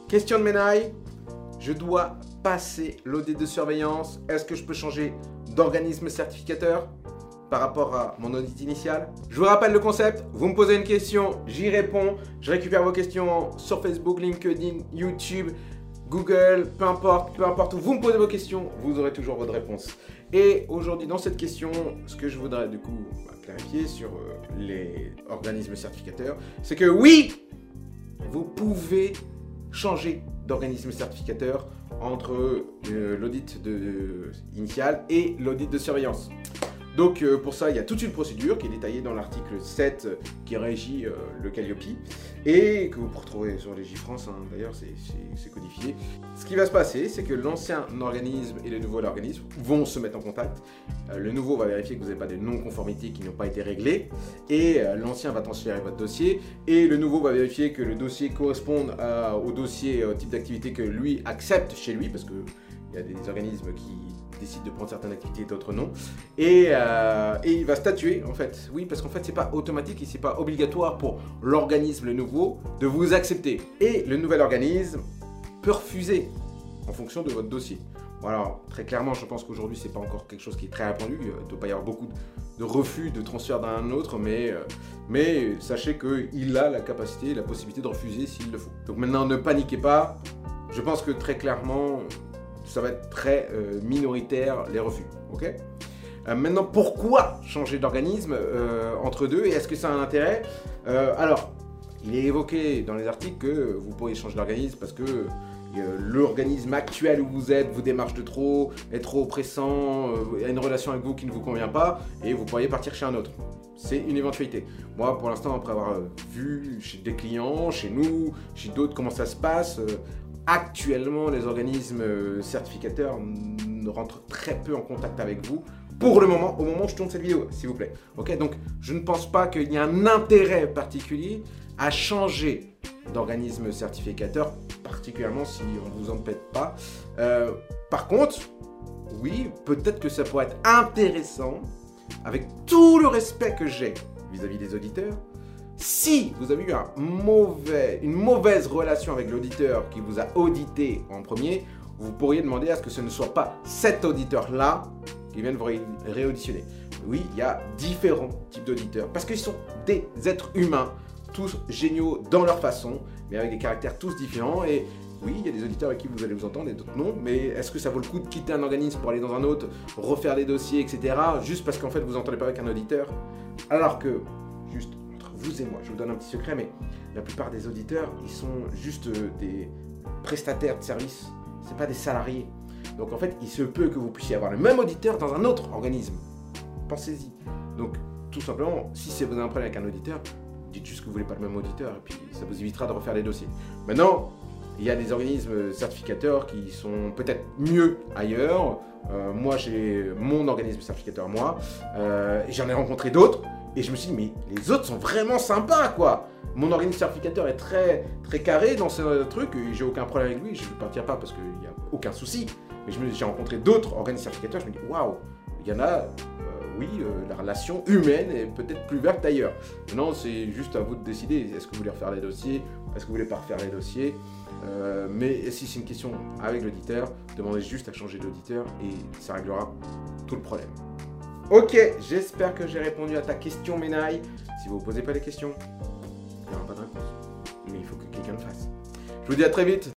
Question de Menaille. Je dois passer l'audit de surveillance. Est-ce que je peux changer d'organisme certificateur par rapport à mon audit initial? Je vous rappelle le concept. Vous me posez une question, j'y réponds. Je récupère vos questions sur Facebook, LinkedIn, YouTube, Google, peu importe où vous me posez vos questions, vous aurez toujours votre réponse. Et aujourd'hui, dans cette question, ce que je voudrais du coup clarifier sur les organismes certificateurs, c'est que oui, vous pouvez changer d'organisme certificateur entre l'audit initial et l'audit de surveillance. Donc pour ça, il y a toute une procédure qui est détaillée dans l'article 7 qui régit le Calliope et que vous pourrez retrouver sur Légifrance, hein, d'ailleurs c'est codifié. Ce qui va se passer, c'est que l'ancien organisme et le nouvel organisme vont se mettre en contact. Le nouveau va vérifier que vous n'avez pas de non-conformités qui n'ont pas été réglées et l'ancien va transférer votre dossier et le nouveau va vérifier que le dossier corresponde au dossier type d'activité que lui accepte chez lui, parce que il y a des organismes qui décident de prendre certaines activités et d'autres non. Et il va statuer en fait. Oui, parce qu'en fait c'est pas automatique et c'est pas obligatoire pour l'organisme le nouveau de vous accepter. Et le nouvel organisme peut refuser en fonction de votre dossier. Bon, alors très clairement, je pense qu'aujourd'hui c'est pas encore quelque chose qui est très répandu. Il ne doit pas y avoir beaucoup de refus de transfert d'un à un autre, mais sachez qu'il a la capacité, la possibilité de refuser s'il le faut. Donc maintenant, ne paniquez pas. Je pense que très clairement, ça va être très minoritaire les refus, ok? Maintenant, pourquoi changer d'organisme entre deux et est-ce que ça a un intérêt? Alors, il est évoqué dans les articles que vous pourriez changer d'organisme parce que l'organisme actuel où vous êtes vous démarche de trop, est trop oppressant, a une relation avec vous qui ne vous convient pas et vous pourriez partir chez un autre. C'est une éventualité. Moi, pour l'instant, après avoir vu chez des clients, chez nous, chez d'autres comment ça se passe, actuellement, les organismes certificateurs rentrent très peu en contact avec vous. Pour le moment, au moment où je tourne cette vidéo, s'il vous plaît. Ok, donc je ne pense pas qu'il y ait un intérêt particulier à changer d'organisme certificateur, particulièrement si on ne vous empêche pas. Par contre, oui, peut-être que ça pourrait être intéressant, avec tout le respect que j'ai vis-à-vis des auditeurs. Si vous avez eu une mauvaise relation avec l'auditeur qui vous a audité en premier, vous pourriez demander à ce que ce ne soit pas cet auditeur-là qui vienne vous réauditionner. Oui, il y a différents types d'auditeurs parce qu'ils sont des êtres humains, tous géniaux dans leur façon, mais avec des caractères tous différents. Et oui, il y a des auditeurs avec qui vous allez vous entendre et d'autres non, mais est-ce que ça vaut le coup de quitter un organisme pour aller dans un autre, refaire des dossiers, etc., juste parce qu'en fait vous n'entendez pas avec un auditeur? Alors que, juste entre vous et moi, je vous donne un petit secret, mais la plupart des auditeurs, ils sont juste des prestataires de services, c'est pas des salariés. Donc en fait, il se peut que vous puissiez avoir le même auditeur dans un autre organisme. Pensez-y. Donc tout simplement, si vous avez un problème avec un auditeur, dites juste que vous voulez pas le même auditeur et puis ça vous évitera de refaire les dossiers. Maintenant, il y a des organismes certificateurs qui sont peut-être mieux ailleurs. Moi, j'ai mon organisme certificateur, moi. J'en ai rencontré d'autres et je me suis dit, mais les autres sont vraiment sympas, quoi. Mon organisme certificateur est très, très carré dans ce truc. J'ai aucun problème avec lui. Je ne le partirai pas parce qu'il n'y a aucun souci. Mais j'ai rencontré d'autres organismes certificateurs. Je me dis, waouh, il y en a. Oui, la relation humaine est peut-être plus verte ailleurs. Maintenant, c'est juste à vous de décider. Est-ce que vous voulez refaire les dossiers? Est-ce que vous voulez pas refaire les dossiers? Mais si c'est une question avec l'auditeur, demandez juste à changer d'auditeur et ça réglera tout le problème. Ok, j'espère que j'ai répondu à ta question, Menaille. Si vous ne posez pas les questions, il n'y aura pas de réponse. Mais il faut que quelqu'un le fasse. Je vous dis à très vite.